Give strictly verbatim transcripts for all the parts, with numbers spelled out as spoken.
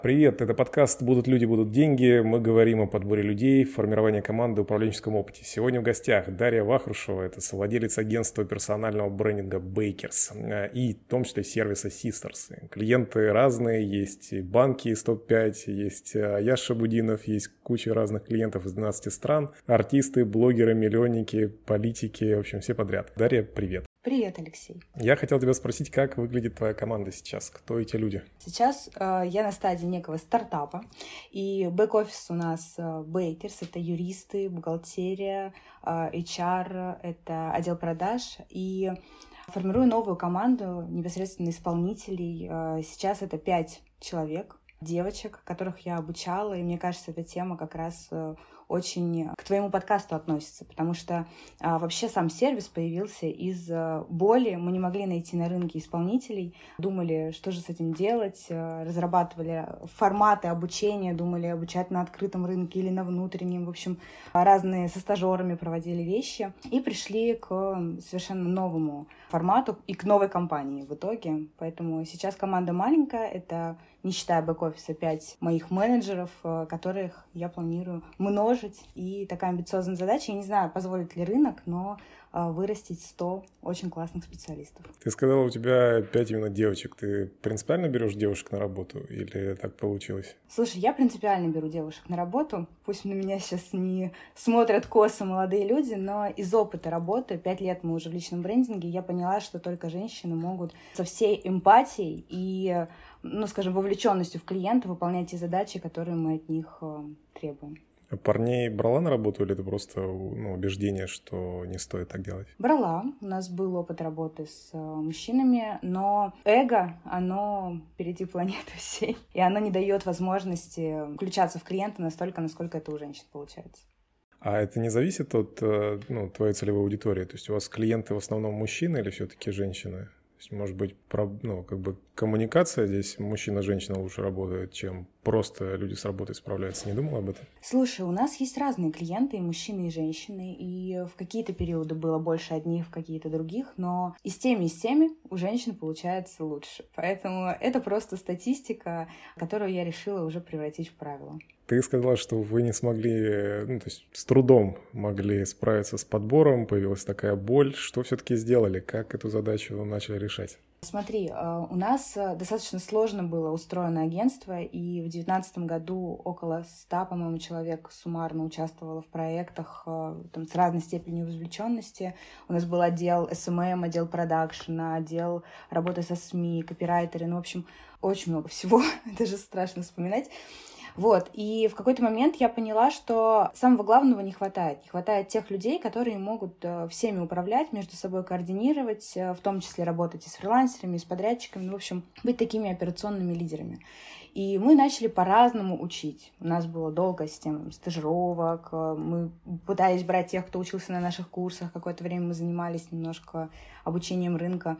Привет, это подкаст «Будут люди, будут деньги». Мы говорим о подборе людей, формировании команды, управленческом опыте. Сегодня в гостях Дарья Вахрушева, это совладелец агентства персонального брендинга Bakers и в том числе сервиса Sisters. Клиенты разные, есть и банки из топ пять, есть Аяш Шабудинов, есть куча разных клиентов из двенадцати стран, артисты, блогеры, миллионники, политики, в общем, все подряд. Дарья, привет. Привет, Алексей. Я хотел тебя спросить, как выглядит твоя команда сейчас? Кто эти люди? Сейчас э, я на стадии некого стартапа, и бэк-офис у нас э, Bakers, это юристы, бухгалтерия, э, эйч ар, это отдел продаж, и формирую новую команду непосредственно исполнителей. Э, сейчас это пять человек, девочек, которых я обучала, и мне кажется, эта тема как раз э, очень к твоему подкасту относится, потому что а, вообще сам сервис появился из а, боли. Мы не могли найти на рынке исполнителей, думали, что же с этим делать, а, разрабатывали форматы обучения, думали обучать на открытом рынке или на внутреннем, в общем, разные со стажерами проводили вещи и пришли к совершенно новому формату и к новой компании в итоге. Поэтому сейчас команда маленькая, это, не считая бэк-офиса, пять моих менеджеров, которых я планирую множить. И такая амбициозная задача, я не знаю, позволит ли рынок, но вырастить сто очень классных специалистов. Ты сказала, у тебя пять именно девочек. Ты принципиально берешь девушек на работу или так получилось? Слушай, я принципиально беру девушек на работу. Пусть на меня сейчас не смотрят косо молодые люди, но из опыта работы, пять лет мы уже в личном брендинге, я поняла, что только женщины могут со всей эмпатией и, ну, скажем, вовлеченностью в клиента выполнять те задачи, которые мы от них требуем. Парней брала на работу или это просто ну, убеждение, что не стоит так делать? Брала. У нас был опыт работы с мужчинами, но эго, оно впереди планеты всей. И оно не дает возможности включаться в клиента настолько, насколько это у женщин получается. А это не зависит от ну, твоей целевой аудитории? То есть у вас клиенты в основном мужчины или все-таки женщины? То есть, может быть, про, ну, как бы коммуникация здесь мужчина-женщина лучше работает, чем просто люди с работой справляются. Не думала об этом? Слушай, у нас есть разные клиенты, и мужчины, и женщины, и в какие-то периоды было больше одних, в какие-то других, но и с теми, и с теми у женщин получается лучше. Поэтому это просто статистика, которую я решила уже превратить в правило. Ты сказала, что вы не смогли, ну, то есть с трудом могли справиться с подбором, появилась такая боль. Что все-таки сделали? Как эту задачу начали решать? Смотри, у нас достаточно сложно было устроено агентство, и в две тысячи девятнадцатом году около ста, по-моему, человек суммарно участвовало в проектах там, с разной степенью вовлеченности. У нас был отдел эс эм эм, отдел продакшена, отдел работы со СМИ, копирайтеры, ну, в общем, очень много всего, даже страшно вспоминать. Вот, и в какой-то момент я поняла, что самого главного не хватает. Не хватает тех людей, которые могут всеми управлять, между собой координировать, в том числе работать и с фрилансерами, и с подрядчиками, ну, в общем, быть такими операционными лидерами. И мы начали по-разному учить. У нас была долгая система стажировок, мы пытались брать тех, кто учился на наших курсах, какое-то время мы занимались немножко обучением рынка,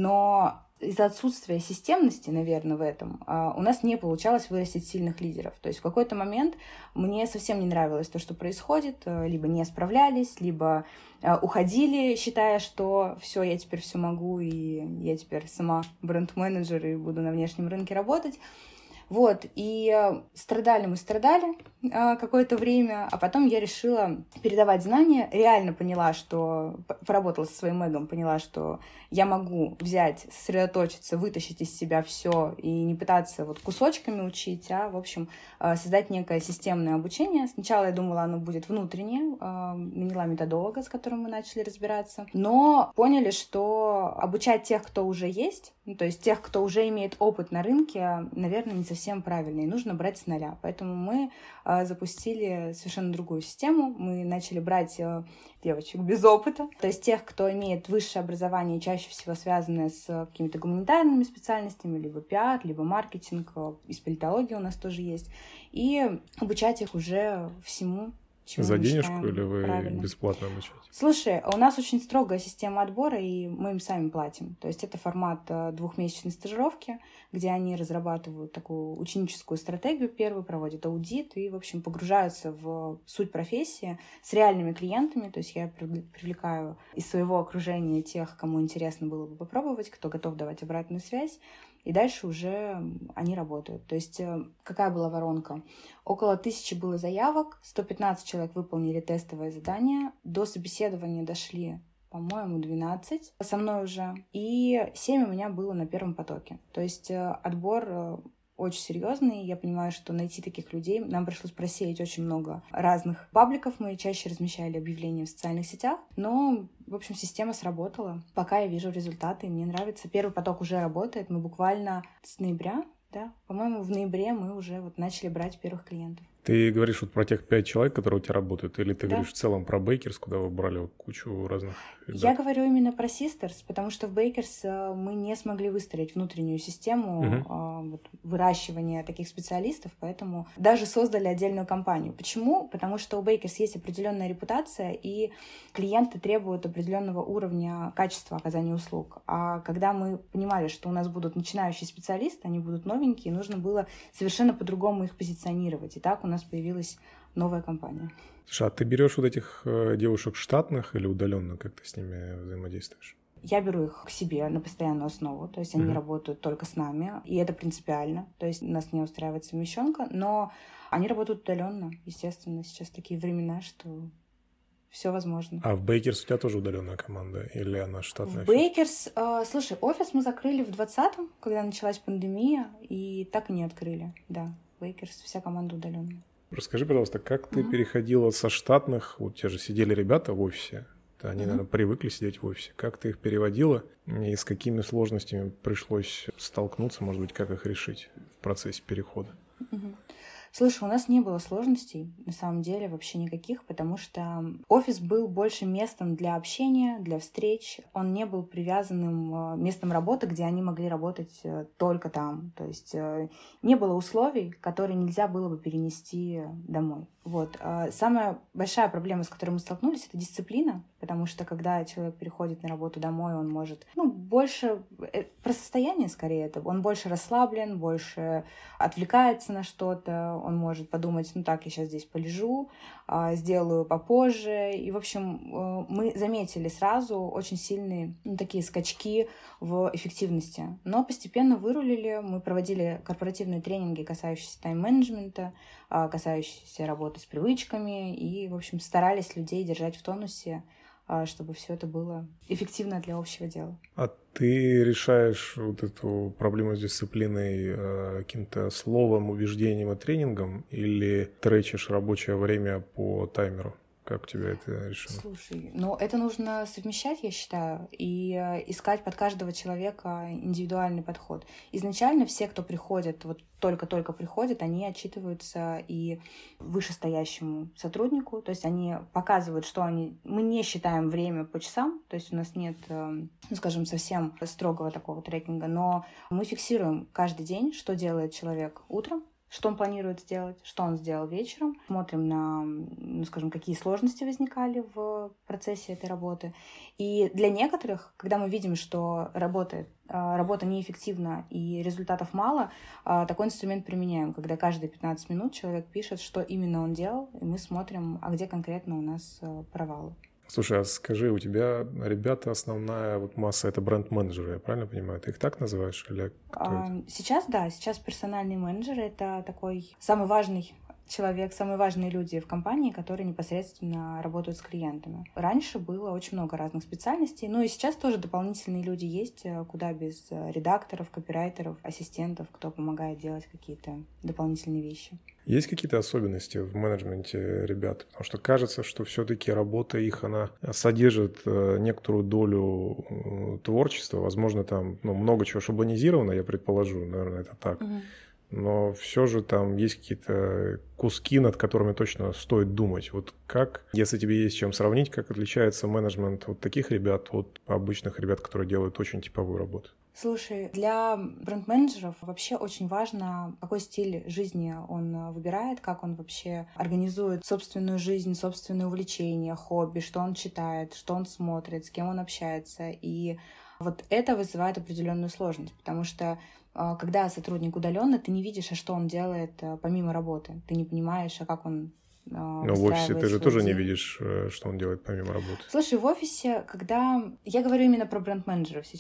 но из-за отсутствия системности, наверное, в этом, у нас не получалось вырастить сильных лидеров. То есть в какой-то момент мне совсем не нравилось то, что происходит, либо не справлялись, либо уходили, считая, что все, я теперь все могу, и я теперь сама бренд-менеджер и буду на внешнем рынке работать. Вот, и страдали мы, страдали э, какое-то время, а потом я решила передавать знания, реально поняла, что, поработала со своим эгом, поняла, что я могу взять, сосредоточиться, вытащить из себя все и не пытаться вот кусочками учить, а, в общем, э, создать некое системное обучение. Сначала я думала, оно будет внутреннее, э, наняла методолога, с которым мы начали разбираться, но поняли, что обучать тех, кто уже есть, ну, то есть тех, кто уже имеет опыт на рынке, наверное, не совсем правильно, и нужно брать с нуля. Поэтому мы э, запустили совершенно другую систему. Мы начали брать э, девочек без опыта, то есть тех, кто имеет высшее образование, чаще всего связанное с какими-то гуманитарными специальностями, либо пиар, либо маркетинг, из политологии у нас тоже есть, и обучать их уже всему, чему За мы денежку считаем или вы правильно. Бесплатно обучаете? Слушай, у нас очень строгая система отбора, и мы им сами платим. То есть это формат двухмесячной стажировки, где они разрабатывают такую ученическую стратегию первую, проводят аудит и, в общем, погружаются в суть профессии с реальными клиентами. То есть я привлекаю из своего окружения тех, кому интересно было бы попробовать, кто готов давать обратную связь. и дальше уже они работают. То есть какая была воронка? Около тысячи было заявок, сто пятнадцать человек выполнили тестовое задание, до собеседования дошли, по-моему, двенадцать со мной уже, и семь у меня было на первом потоке. То есть отбор очень серьезный. Я понимаю, что найти таких людей, нам пришлось просеять очень много разных пабликов. Мы чаще размещали объявления в социальных сетях. Но, в общем, система сработала. Пока я вижу результаты, и мне нравится. Первый поток уже работает. Мы буквально с ноября, да, по-моему, в ноябре мы уже вот начали брать первых клиентов. Ты говоришь вот про тех пять человек, которые у тебя работают, или ты Да. говоришь в целом про Бейкерс, куда вы брали вот кучу разных ребят? Я говорю именно про Sisters, потому что в Бейкерс мы не смогли выстроить внутреннюю систему uh-huh. вот, выращивания таких специалистов, поэтому даже создали отдельную компанию. Почему? Потому что у Бейкерс есть определенная репутация, и клиенты требуют определенного уровня качества оказания услуг. А когда мы понимали, что у нас будут начинающие специалисты, они будут новенькие, нужно было совершенно по-другому их позиционировать. И так у нас появилась новая компания. Слушай, а ты берешь вот этих э, девушек штатных или удаленно, как ты с ними взаимодействуешь? Я беру их к себе на постоянную основу, то есть они mm-hmm. работают только с нами, и это принципиально, то есть нас не устраивает совмещенка, но они работают удаленно, естественно, сейчас такие времена, что все возможно. А в Бейкерс у тебя тоже удаленная команда или она штатная? В Бейкерс, э, слушай, офис мы закрыли в двадцатом, когда началась пандемия, и так и не открыли, да. Бейкерс, вся команда удаленная. Расскажи, пожалуйста, как ты uh-huh. переходила со штатных, вот у тебя же сидели ребята в офисе, они, uh-huh. наверное, привыкли сидеть в офисе, как ты их переводила и с какими сложностями пришлось столкнуться, может быть, как их решить в процессе перехода? Uh-huh. Слушай, у нас не было сложностей, на самом деле, вообще никаких, потому что офис был больше местом для общения, для встреч. Он не был привязанным местом работы, где они могли работать только там. То есть не было условий, которые нельзя было бы перенести домой. Вот. Самая большая проблема, с которой мы столкнулись, это дисциплина, потому что когда человек переходит на работу домой, он может, ну, больше, про состояние скорее это, он больше расслаблен, больше отвлекается на что-то, он может подумать, ну так, я сейчас здесь полежу, сделаю попозже. И, в общем, мы заметили сразу очень сильные, ну, такие скачки в эффективности. Но постепенно вырулили, мы проводили корпоративные тренинги, касающиеся тайм-менеджмента, касающиеся работы с привычками, и, в общем, старались людей держать в тонусе, чтобы все это было эффективно для общего дела. А ты решаешь вот эту проблему с дисциплиной э, каким-то словом, убеждением и тренингом, или тречишь рабочее время по таймеру? Как у тебя это решено? Слушай, ну это нужно совмещать, я считаю, и искать под каждого человека индивидуальный подход. Изначально все, кто приходит, вот только-только приходят, они отчитываются и вышестоящему сотруднику, то есть они показывают, что они... Мы не считаем время по часам, то есть у нас нет, ну, скажем, совсем строгого такого трекинга, но мы фиксируем каждый день, что делает человек утром, что он планирует сделать, что он сделал вечером. Смотрим на, ну, скажем, какие сложности возникали в процессе этой работы. И для некоторых, когда мы видим, что работает, работа неэффективна и результатов мало, такой инструмент применяем, когда каждые пятнадцать минут человек пишет, что именно он делал, и мы смотрим, а где конкретно у нас провалы. Слушай, а скажи, у тебя ребята, основная вот масса — это бренд-менеджеры, я правильно понимаю? Ты их так называешь? Или кто а, это? Сейчас, да, сейчас персональный менеджер — это такой самый важный человек, самые важные люди в компании, которые непосредственно работают с клиентами. Раньше было очень много разных специальностей, ну и сейчас тоже дополнительные люди есть, куда без редакторов, копирайтеров, ассистентов, кто помогает делать какие-то дополнительные вещи. Есть какие-то особенности в менеджменте ребят? Потому что кажется, что все-таки работа их, она содержит некоторую долю творчества. Возможно, там, ну, много чего шаблонизировано, я предположу, наверное, это так. Угу. Но все же там есть какие-то куски, над которыми точно стоит думать. Вот как, если тебе есть чем сравнить, как отличается менеджмент вот таких ребят от обычных ребят, которые делают очень типовую работу? Слушай, для бренд-менеджеров вообще очень важно, какой стиль жизни он выбирает, как он вообще организует собственную жизнь, собственные увлечения, хобби, что он читает, что он смотрит, с кем он общается. И вот это вызывает определенную сложность, потому что когда сотрудник удаленно, ты не видишь, а что он делает помимо работы. Ты не понимаешь, а как он Но в офисе ты же тоже день. не видишь, что он делает помимо работы. Слушай, в офисе, когда... Я говорю именно про бренд-менеджеров сейчас.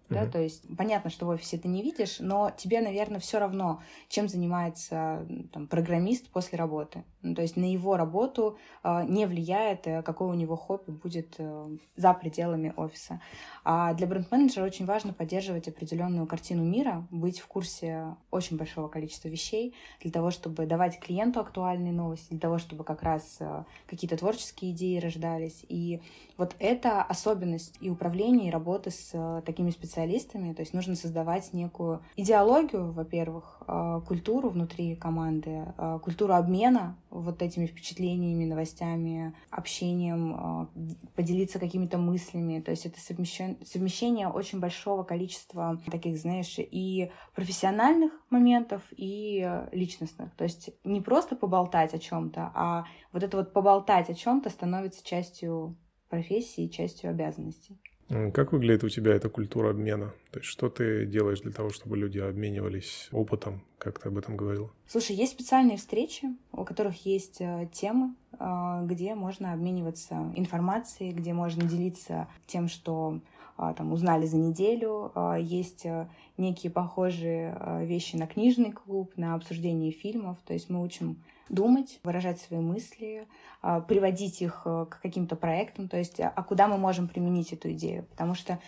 Да, то есть понятно, что в офисе ты не видишь, но тебе, наверное, все равно, чем занимается там, программист после работы. Ну, то есть на его работу э, не влияет, э, какое у него хобби будет э, за пределами офиса. А для бренд-менеджера очень важно поддерживать определенную картину мира, быть в курсе очень большого количества вещей для того, чтобы давать клиенту актуальные новости, для того, чтобы как раз э, какие-то творческие идеи рождались. И вот это особенность и управления, и работы с э, такими специалистами. специалистами, то есть нужно создавать некую идеологию, во-первых, культуру внутри команды, культуру обмена вот этими впечатлениями, новостями, общением, поделиться какими-то мыслями, то есть это совмещение, совмещение очень большого количества таких, знаешь, и профессиональных моментов, и личностных, то есть не просто поболтать о чем-то, а вот это вот поболтать о чем-то становится частью профессии, частью обязанностей. Как выглядит у тебя эта культура обмена? То есть что ты делаешь для того, чтобы люди обменивались опытом, как ты об этом говорила? Слушай, есть специальные встречи, у которых есть темы, где можно обмениваться информацией, где можно делиться тем, что там узнали за неделю. Есть некие похожие вещи на книжный клуб, на обсуждение фильмов. То есть мы учим думать, выражать свои мысли, приводить их к каким-то проектам, то есть а куда мы можем применить эту идею. Потому что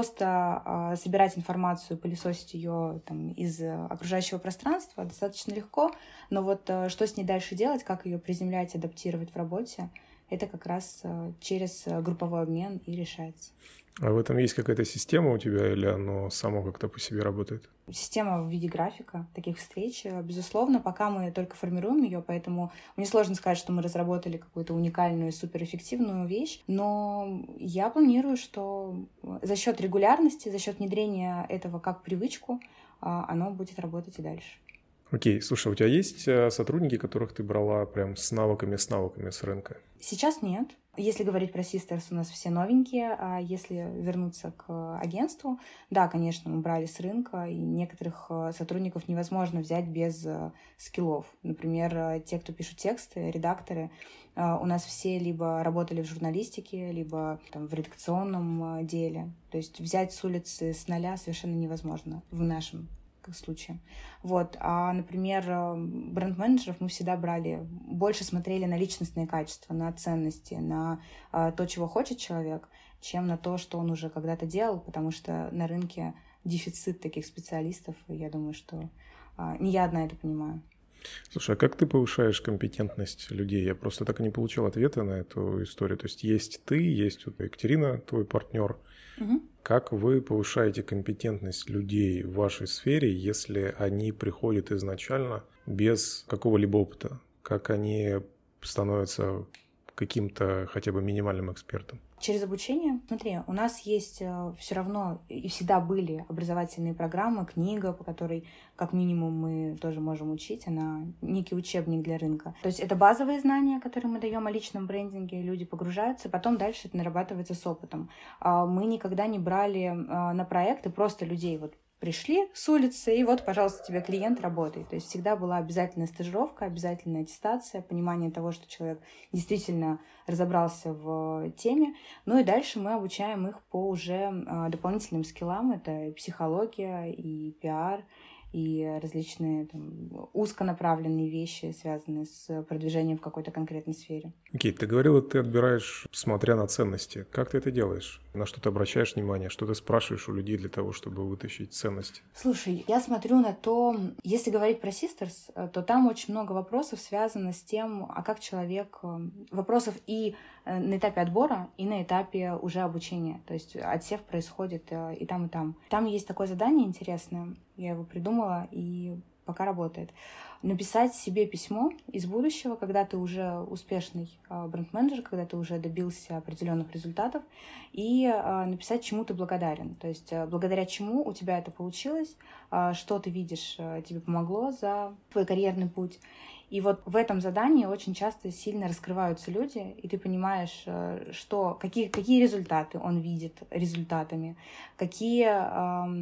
просто собирать информацию, пылесосить ее там, из окружающего пространства достаточно легко, но вот что с ней дальше делать, как ее приземлять, адаптировать в работе, это как раз через групповой обмен и решается. А в этом есть какая-то система у тебя или оно само как-то по себе работает? Система в виде графика таких встреч, безусловно, пока мы только формируем ее, поэтому мне сложно сказать, что мы разработали какую-то уникальную, суперэффективную вещь, но я планирую, что за счет регулярности, за счет внедрения этого как привычку, оно будет работать и дальше. Окей, слушай, у тебя есть сотрудники, которых ты брала прям с навыками, с навыками с рынка? Сейчас нет. Если говорить про Sisters, у нас все новенькие, а если вернуться к агентству, да, конечно, мы брали с рынка, и некоторых сотрудников невозможно взять без скиллов. Например, те, кто пишут тексты, редакторы, у нас все либо работали в журналистике, либо там, в редакционном деле. То есть взять с улицы с нуля совершенно невозможно в нашем случае. Вот. А, например, бренд-менеджеров мы всегда брали, больше смотрели на личностные качества, на ценности, на а, то, чего хочет человек, чем на то, что он уже когда-то делал, потому что на рынке дефицит таких специалистов, и я думаю, что а, не я одна это понимаю. Слушай, а как ты повышаешь компетентность людей? Я просто так и не получил ответа на эту историю. То есть есть ты, есть вот Екатерина, твой партнер. Угу. Как вы повышаете компетентность людей в вашей сфере, если они приходят изначально без какого-либо опыта? Как они становятся каким-то хотя бы минимальным экспертом? Через обучение, смотри, у нас есть все равно и всегда были образовательные программы, книга, по которой как минимум мы тоже можем учить, она некий учебник для рынка. То есть это базовые знания, которые мы даем о личном брендинге, люди погружаются, потом дальше это нарабатывается с опытом. Мы никогда не брали на проекты просто людей, вот пришли с улицы, и вот, пожалуйста, тебе клиент работает. То есть всегда была обязательная стажировка, обязательная аттестация, понимание того, что человек действительно разобрался в теме. Ну и дальше мы обучаем их по уже дополнительным скиллам. Это и психология, и пиар, и различные там, узконаправленные вещи, связанные с продвижением в какой-то конкретной сфере. Окей, okay, ты говорила, ты отбираешь, смотря на ценности. Как ты это делаешь? На что ты обращаешь внимание? Что ты спрашиваешь у людей для того, чтобы вытащить ценности? Слушай, я смотрю на то, если говорить про Sisters, то там очень много вопросов связано с тем, а как человек... Вопросов и на этапе отбора, и на этапе уже обучения. То есть отсев происходит и там, и там. Там есть такое задание интересное, я его придумала, и пока работает. Написать себе письмо из будущего, когда ты уже успешный бренд-менеджер, когда ты уже добился определенных результатов, и написать, чему ты благодарен. То есть благодаря чему у тебя это получилось, что ты видишь, тебе помогло за твой карьерный путь. И вот в этом задании очень часто сильно раскрываются люди, и ты понимаешь, что, какие, какие результаты он видит результатами, какие...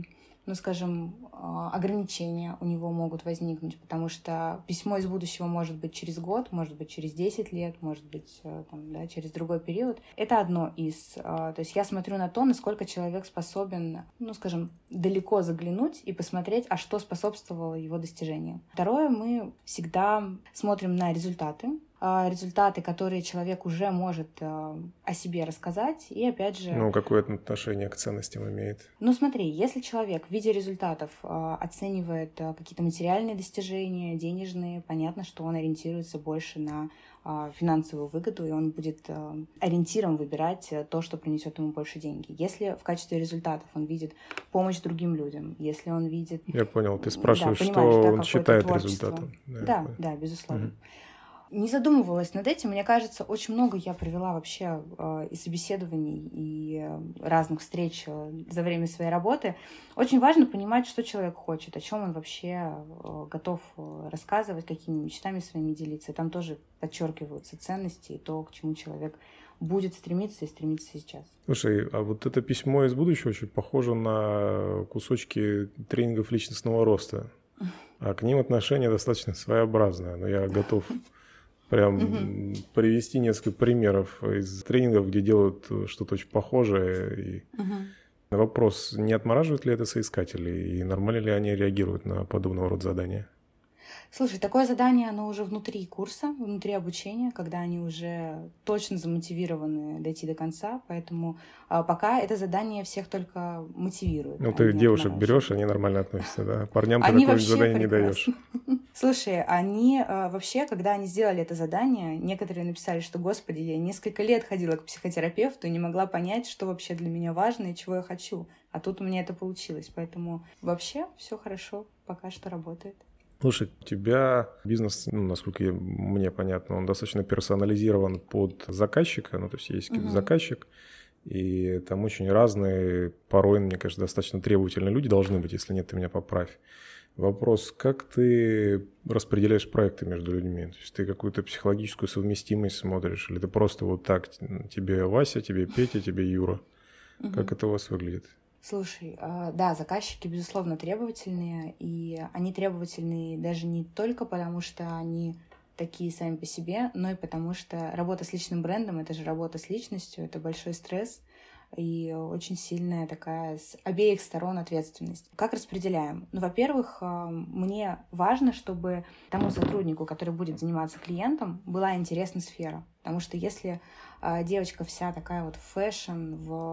ну, скажем, ограничения у него могут возникнуть, потому что письмо из будущего может быть через год, может быть через десять лет, может быть там, да, через другой период. Это одно из. То есть я смотрю на то, насколько человек способен, ну, скажем, далеко заглянуть и посмотреть, а что способствовало его достижению. Второе, мы всегда смотрим на результаты, результаты, которые человек уже может о себе рассказать, и опять же... Ну, какое это отношение к ценностям имеет? Ну, смотри, если человек в виде результатов оценивает какие-то материальные достижения, денежные, понятно, что он ориентируется больше на финансовую выгоду, и он будет ориентиром выбирать то, что принесет ему больше деньги. Если в качестве результатов он видит помощь другим людям, если он видит... Я понял, ты спрашиваешь, да, что да, он считает результатом. Да, да, да, безусловно. Угу. Не задумывалась над этим. Мне кажется, очень много я провела вообще э, и собеседований, и э, разных встреч э, за время своей работы. Очень важно понимать, что человек хочет, о чем он вообще э, готов э, рассказывать, какими мечтами своими делиться. И там тоже подчеркиваются ценности и то, к чему человек будет стремиться и стремится сейчас. Слушай, а вот это письмо из будущего очень похоже на кусочки тренингов личностного роста. А к ним отношение достаточно своеобразное. Но я готов... Прям uh-huh. привести несколько примеров из тренингов, где делают что-то очень похожее. И uh-huh. вопрос, не отмораживают ли это соискатели, и нормально ли они реагируют на подобного рода задания? Слушай, такое задание, оно уже внутри курса, внутри обучения, когда они уже точно замотивированы дойти до конца, поэтому а, пока это задание всех только мотивирует. Ну, ты девушек берешь, они нормально относятся, да? Парням ты такое задание не даешь. Слушай, они а, вообще, когда они сделали это задание, некоторые написали, что, господи, я несколько лет ходила к психотерапевту и не могла понять, что вообще для меня важно и чего я хочу. А тут у меня это получилось, поэтому вообще все хорошо, пока что работает. Слушай, у тебя бизнес, ну, насколько я, мне понятно, он достаточно персонализирован под заказчика, ну, то есть есть uh-huh. заказчик, и там очень разные, порой, мне кажется, достаточно требовательные люди должны быть, если нет, ты меня поправь. Вопрос, как ты распределяешь проекты между людьми? То есть ты какую-то психологическую совместимость смотришь, или ты просто вот так, тебе Вася, тебе Петя, тебе Юра? Uh-huh. Как это у вас выглядит? Слушай, да, заказчики, безусловно, требовательные, и они требовательные даже не только потому, что они такие сами по себе, но и потому что работа с личным брендом — это же работа с личностью, это большой стресс и очень сильная такая с обеих сторон ответственность. Как распределяем? Ну, во-первых, мне важно, чтобы тому сотруднику, который будет заниматься клиентом, была интересна сфера. Потому что если девочка вся такая вот в фэшн,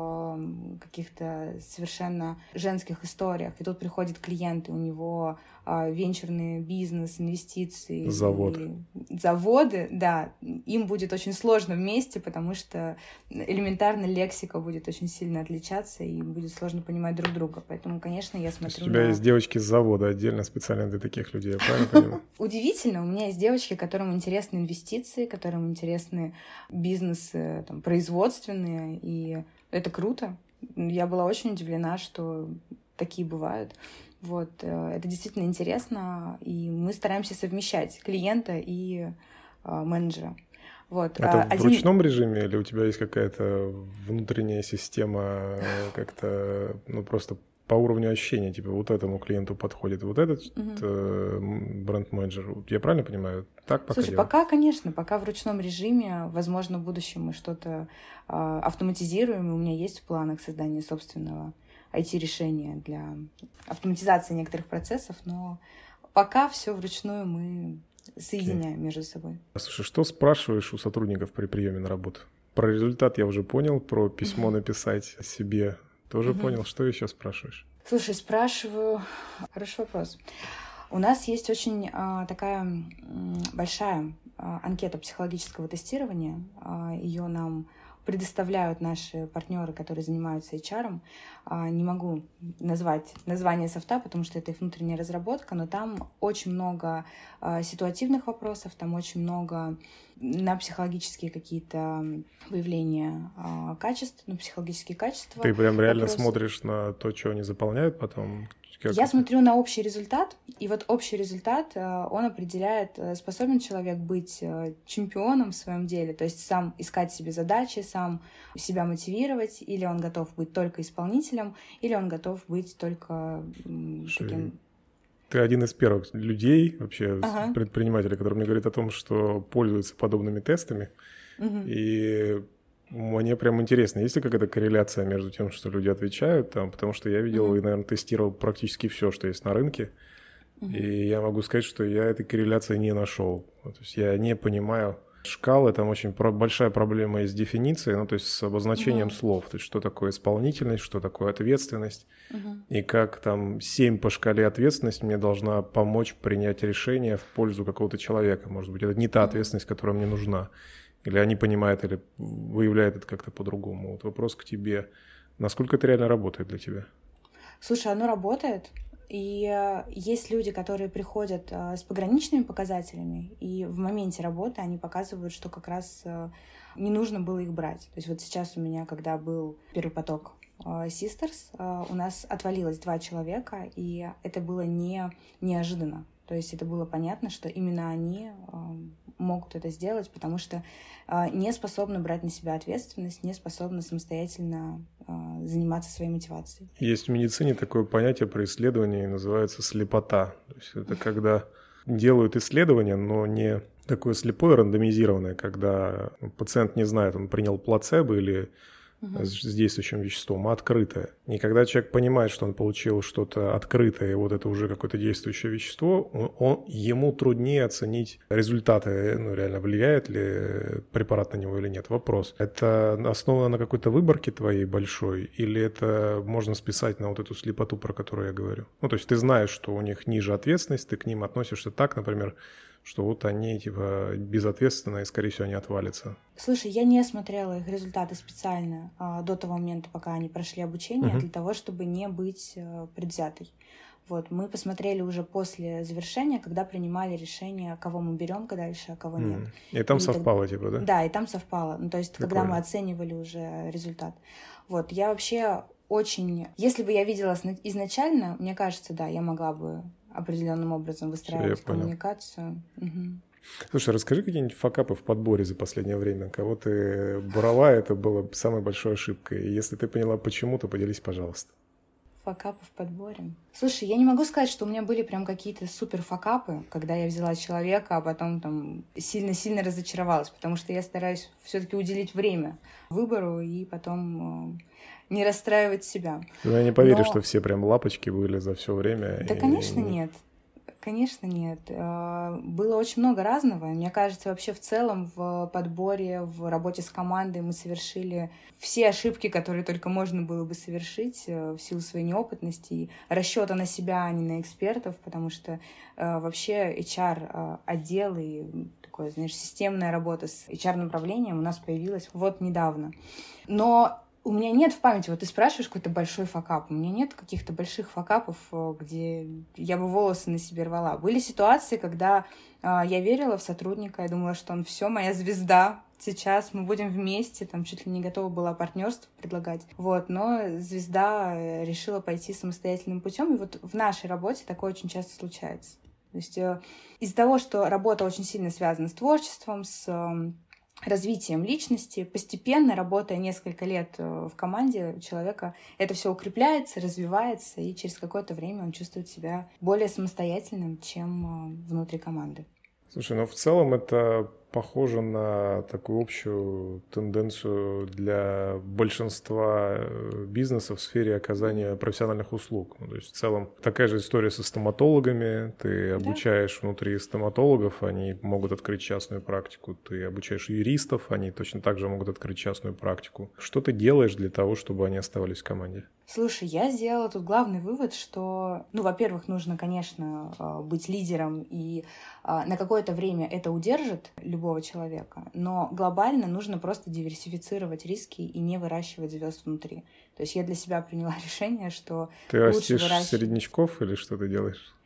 в каких-то совершенно женских историях, и тут приходит клиент, и у него венчурный бизнес, инвестиции, Завод. заводы, да, им будет очень сложно вместе, потому что элементарно лексика будет очень сильно отличаться, и будет сложно понимать друг друга. Поэтому, конечно, я смотрю. У тебя на... есть девочки с завода отдельно, специально для таких людей, я правильно понимаю? Удивительно, у меня есть девочки, которым интересны инвестиции, которым интересны бизнесы там, производственные, и это круто. Я была очень удивлена, что такие бывают. Вот, это действительно интересно, и мы стараемся совмещать клиента и а, менеджера. Вот. Это Один... в ручном режиме или у тебя есть какая-то внутренняя система, как-то, ну, просто по уровню ощущения, типа вот этому клиенту подходит вот этот uh-huh. бренд-менеджер? Я правильно понимаю? Так пока Слушай, делаем? пока, конечно, пока в ручном режиме. Возможно, в будущем мы что-то а, автоматизируем, и у меня есть в планах создание собственного ай ти-решения для автоматизации некоторых процессов, но пока все вручную мы соединяем okay. между собой. Слушай, что спрашиваешь у сотрудников при приеме на работу? Про результат я уже понял, про письмо написать себе тоже uh-huh. понял. Что еще спрашиваешь? Слушай, спрашиваю... Хороший вопрос. У нас есть очень а, такая м, большая а, анкета психологического тестирования. А, ее нам предоставляют наши партнеры, которые занимаются эйч ар. Не могу назвать название софта, потому что это их внутренняя разработка, но там очень много ситуативных вопросов, там очень много на психологические какие-то выявления качеств, на психологические качества. Ты прям реально вопросы. Смотришь на то, что они заполняют потом? Как Я это? смотрю на общий результат, и вот общий результат, он определяет, способен человек быть чемпионом в своем деле, то есть сам искать себе задачи, сам себя мотивировать, или он готов быть только исполнителем, или он готов быть только Слушай, таким... Ты один из первых людей, вообще Ага. предпринимателей, который мне говорит о том, что пользуется подобными тестами, Угу. и мне прям интересно, есть ли какая-то корреляция между тем, что люди отвечают там, потому что я видел Мгм. и, наверное, тестировал практически все, что есть на рынке, Мгм. и я могу сказать, что я этой корреляции не нашел. То есть я не понимаю шкалы, там очень про- большая проблема есть с дефиницией, ну то есть с обозначением Мгм. слов, то есть что такое исполнительность, что такое ответственность, Мгм. и как там семь по шкале ответственность мне должна помочь принять решение в пользу какого-то человека. Может быть, это не та Мгм. ответственность, которая мне нужна. Или они понимают, или выявляют это как-то по-другому. Вот вопрос к тебе. Насколько это реально работает для тебя? Слушай, оно работает. И э, есть люди, которые приходят э, с пограничными показателями, и в моменте работы они показывают, что как раз э, не нужно было их брать. То есть вот сейчас у меня, когда был первый поток э, Sisters, э, у нас отвалилось два человека, и это было не неожиданно. То есть это было понятно, что именно они э, могут это сделать, потому что э, не способны брать на себя ответственность, не способны самостоятельно э, заниматься своей мотивацией. Есть в медицине такое понятие при исследовании, называется слепота. То есть это когда делают исследование, но не такое слепое рандомизированное, когда пациент не знает, он принял плацебо или Мгм. с действующим веществом, а открытое. И когда человек понимает, что он получил что-то открытое, и вот это уже какое-то действующее вещество, он, он- ему труднее оценить результаты, ну, реально влияет ли препарат на него или нет. Вопрос. Это основано на какой-то выборке твоей большой, или это можно списать на вот эту слепоту, про которую я говорю? Ну, то есть ты знаешь, что у них ниже ответственность, ты к ним относишься так, например, что вот они типа безответственны, и, скорее всего, они отвалятся. Слушай, я не смотрела их результаты специально а, до того момента, пока они прошли обучение, Мгм. для того, чтобы не быть а, предвзятой. Вот, мы посмотрели уже после завершения, когда принимали решение, кого мы берем дальше, а кого нет. М. И там И так- совпало, типа, да? Да, и там совпало. Ну, то есть, когда мы Прикольно. оценивали уже результат. Вот, я вообще очень... Если бы я видела сна- изначально, мне кажется, да, я могла бы определенным образом выстраивать понял. коммуникацию. Мгм. Слушай, расскажи какие-нибудь факапы в подборе за последнее время. Кого ты брала, это было самой большой ошибкой. И если ты поняла почему, то поделись, пожалуйста. Факапы в подборе. Слушай, я не могу сказать, что у меня были прям какие-то супер факапы, когда я взяла человека, а потом там сильно-сильно разочаровалась, потому что я стараюсь все-таки уделить время выбору и потом э, не расстраивать себя. Ну, я не поверю, Но- что все прям лапочки были за все время. Да, и- конечно, нет. Конечно, нет. Э, Было очень много разного. Мне кажется, вообще в целом в подборе, в работе с командой мы совершили все ошибки, которые только можно было бы совершить э, в силу своей неопытности и расчета на себя, а не на экспертов, потому что э, вообще эйч ар-отдел и такое, знаешь, системная работа с эйч ар-направлением у нас появилась вот недавно. Но у меня нет в памяти, вот ты спрашиваешь какой-то большой факап, у меня нет каких-то больших факапов, э, где я бы волосы на себе рвала. Были ситуации, когда э, я верила в сотрудника, я думала, что он все, моя звезда, сейчас мы будем вместе, там чуть ли не готова была партнерство предлагать. Вот, но звезда э, решила пойти самостоятельным путем, и вот в нашей работе такое очень часто случается. То есть э, из-за того, что работа очень сильно связана с творчеством, с э, развитием личности, постепенно, работая несколько лет э, в команде у человека, это все укрепляется, развивается, и через какое-то время он чувствует себя более самостоятельным, чем э, внутри команды. Слушай, ну в целом это похоже на такую общую тенденцию для большинства э, бизнесов в сфере оказания профессиональных услуг. Ну, то есть в целом такая же история со стоматологами. Ты Да. обучаешь внутри стоматологов, они могут открыть частную практику. Ты обучаешь юристов, они точно так же могут открыть частную практику. Что ты делаешь для того, чтобы они оставались в команде? Слушай, я сделала тут главный вывод, что, ну, во-первых, нужно, конечно, э, быть лидером, и э, на какое-то время это удержит любого человека, но глобально нужно просто диверсифицировать риски и не выращивать звезд внутри. То есть я для себя приняла решение, что Ты лучше растишь выращивать... середнячков или что ты делаешь?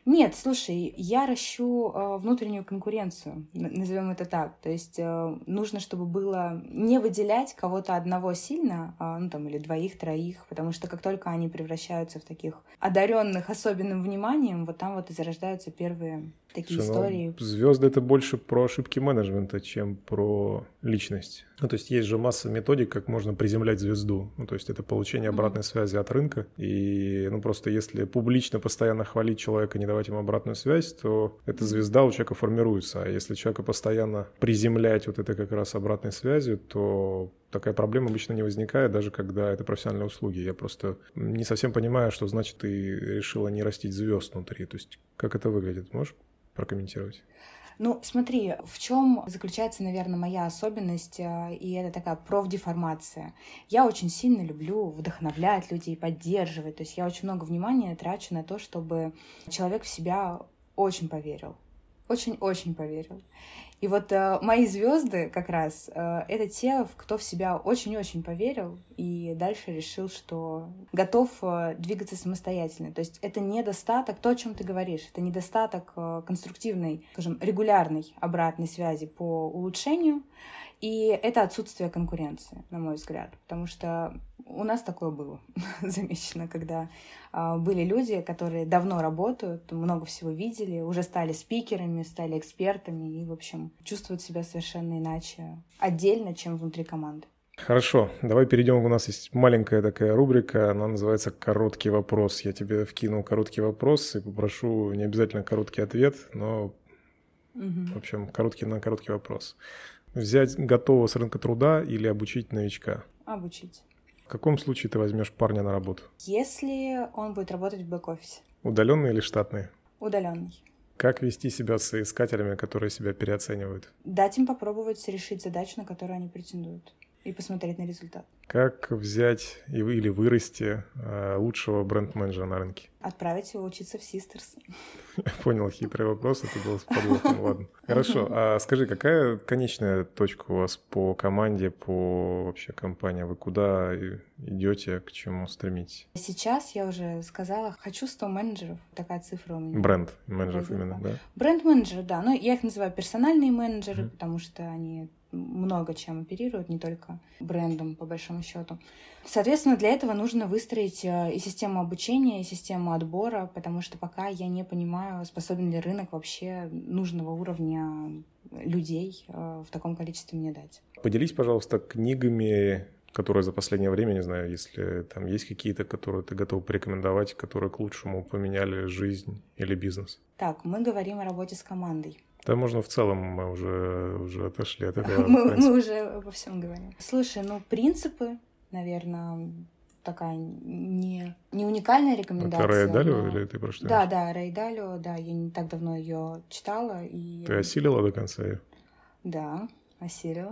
Нет, слушай, я ращу э, внутреннюю конкуренцию, н- назовем это так. То есть э, нужно, чтобы было не выделять кого-то одного сильно, а, ну там или двоих, троих, потому что как только они превращаются в таких одаренных особенным вниманием, вот там вот и зарождаются первые такие Слушай, истории. ну, звезды это больше про ошибки менеджмента, чем про личность. Ну, то есть есть же масса методик, как можно приземлять звезду. Ну, то есть это получение обратной mm-hmm. связи от рынка. И, ну, просто если публично постоянно хвалить человека, не давать ему обратную связь, то эта звезда у человека формируется. А если человека постоянно приземлять вот это как раз обратной связью, то такая проблема обычно не возникает, даже когда это профессиональные услуги. Я просто не совсем понимаю, что значит ты решила не растить звезд внутри. То есть как это выглядит? Можешь прокомментировать? Ну, смотри, в чем заключается, наверное, моя особенность, и это такая профдеформация. Я очень сильно люблю вдохновлять людей, поддерживать. То есть я очень много внимания трачу на то, чтобы человек в себя очень поверил. Очень-очень поверил. И вот э, мои звезды как раз э, это те, кто в себя очень-очень поверил и дальше решил, что готов э, двигаться самостоятельно. То есть это недостаток, то, о чем ты говоришь, это недостаток э, конструктивной, скажем, регулярной обратной связи по улучшению, и это отсутствие конкуренции, на мой взгляд, потому что у нас такое было замечено, когда э, были люди, которые давно работают, много всего видели, уже стали спикерами, стали экспертами и, в общем, чувствуют себя совершенно иначе, отдельно, чем внутри команды. Хорошо, давай перейдем. У нас есть маленькая такая рубрика, она называется «Короткий вопрос». Я тебе вкинул короткий вопрос и попрошу не обязательно короткий ответ, но, угу. в общем, короткий на короткий вопрос. Взять готового с рынка труда или обучить новичка? Обучить. В каком случае ты возьмешь парня на работу? Если он будет работать в бэк-офисе. Удаленный или штатный? Удаленный. Как вести себя с соискателями, которые себя переоценивают? Дать им попробовать решить задачу, на которую они претендуют, и посмотреть на результат. Как взять или вырасти лучшего бренд-менеджера на рынке? Отправить его учиться в Sisters. Я понял, хитрый вопрос, это был с подвохом, ладно. Хорошо, а скажи, какая конечная точка у вас по команде, по вообще компании? Вы куда идете, к чему стремитесь? Сейчас я уже сказала, хочу сто менеджеров, такая цифра у меня. Бренд-менеджеров именно, да? Бренд-менеджеры, да, но я их называю персональные менеджеры, mm-hmm. потому что они много чем оперируют, не только брендом, по большому счету. Соответственно, для этого нужно выстроить и систему обучения, и систему отбора, потому что пока я не понимаю, способен ли рынок вообще нужного уровня людей в таком количестве мне дать. Поделись, пожалуйста, книгами, которые за последнее время, не знаю, если там есть какие-то, которые ты готов порекомендовать, которые к лучшему поменяли жизнь или бизнес. Так, мы говорим о работе с командой. Да, можно в целом, мы уже, уже отошли от этого. мы, мы уже обо всем говорим. Слушай, ну, принципы, наверное, такая не, не уникальная рекомендация. Это Рэй Далио но... или ты про что? Да, да, Рэй Далио, да, я не так давно ее читала. И... Ты осилила до конца ее? Да, осилила.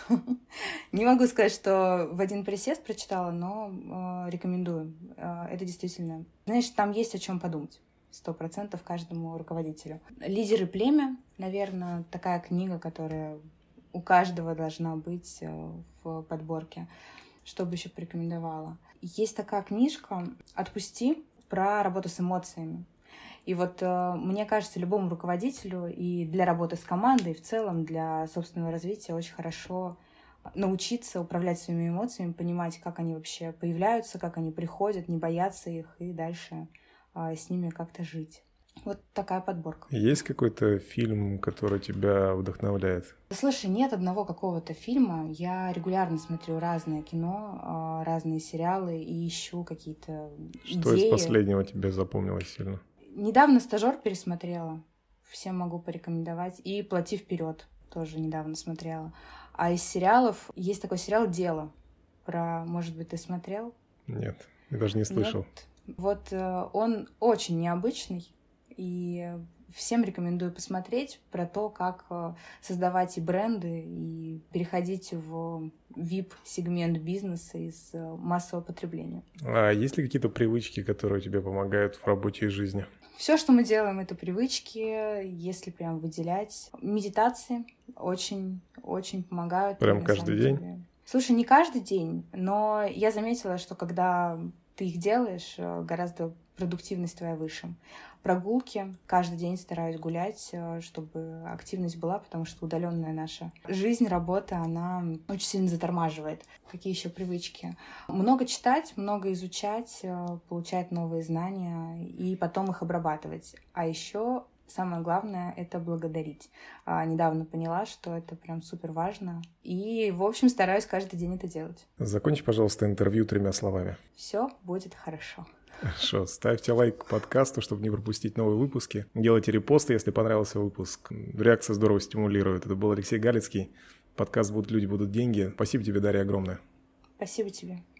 Не могу сказать, что в один присест прочитала, но э, рекомендую. Э, это действительно... Знаешь, там есть о чем подумать. Сто процентов каждому руководителю. «Лидеры племя», наверное, такая книга, которая у каждого должна быть в подборке. Что бы еще порекомендовала? Есть такая книжка «Отпусти» про работу с эмоциями. И вот мне кажется, любому руководителю и для работы с командой, и в целом для собственного развития очень хорошо научиться управлять своими эмоциями, понимать, как они вообще появляются, как они приходят, не бояться их и дальше с ними как-то жить. Вот такая подборка. Есть какой-то фильм, который тебя вдохновляет? Слушай, нет одного какого-то фильма. Я регулярно смотрю разное кино, разные сериалы и ищу какие-то идеи. Что из последнего тебе запомнилось сильно? Недавно «Стажёр» пересмотрела. Всем могу порекомендовать. И «Плати вперед» тоже недавно смотрела. А из сериалов есть такой сериал «Дело». Про, может быть, ты смотрел? Нет, я даже не слышал. Нет. Вот он очень необычный, и всем рекомендую посмотреть про то, как создавать и бренды, и переходить в ви ай пи-сегмент бизнеса из массового потребления. А есть ли какие-то привычки, которые тебе помогают в работе и жизни? Все, что мы делаем, это привычки, если прям выделять. Медитации очень-очень помогают. Прям каждый день? Слушай, не каждый день, но я заметила, что когда ты их делаешь, гораздо продуктивность твоя выше. Прогулки. Каждый день стараюсь гулять, чтобы активность была, потому что удаленная наша жизнь, работа, она очень сильно затормаживает. Какие еще привычки? Много читать, много изучать, получать новые знания и потом их обрабатывать. А еще самое главное — это благодарить. А, недавно поняла, что это прям супер важно. И, в общем, стараюсь каждый день это делать. Закончи, пожалуйста, интервью тремя словами. Все будет хорошо. Хорошо. Ставьте лайк подкасту, чтобы не пропустить новые выпуски. Делайте репосты, если понравился выпуск. Реакция здорово стимулирует. Это был Алексей Галицкий. Подкаст «Будут люди, будут деньги». Спасибо тебе, Дарья, огромное. Спасибо тебе.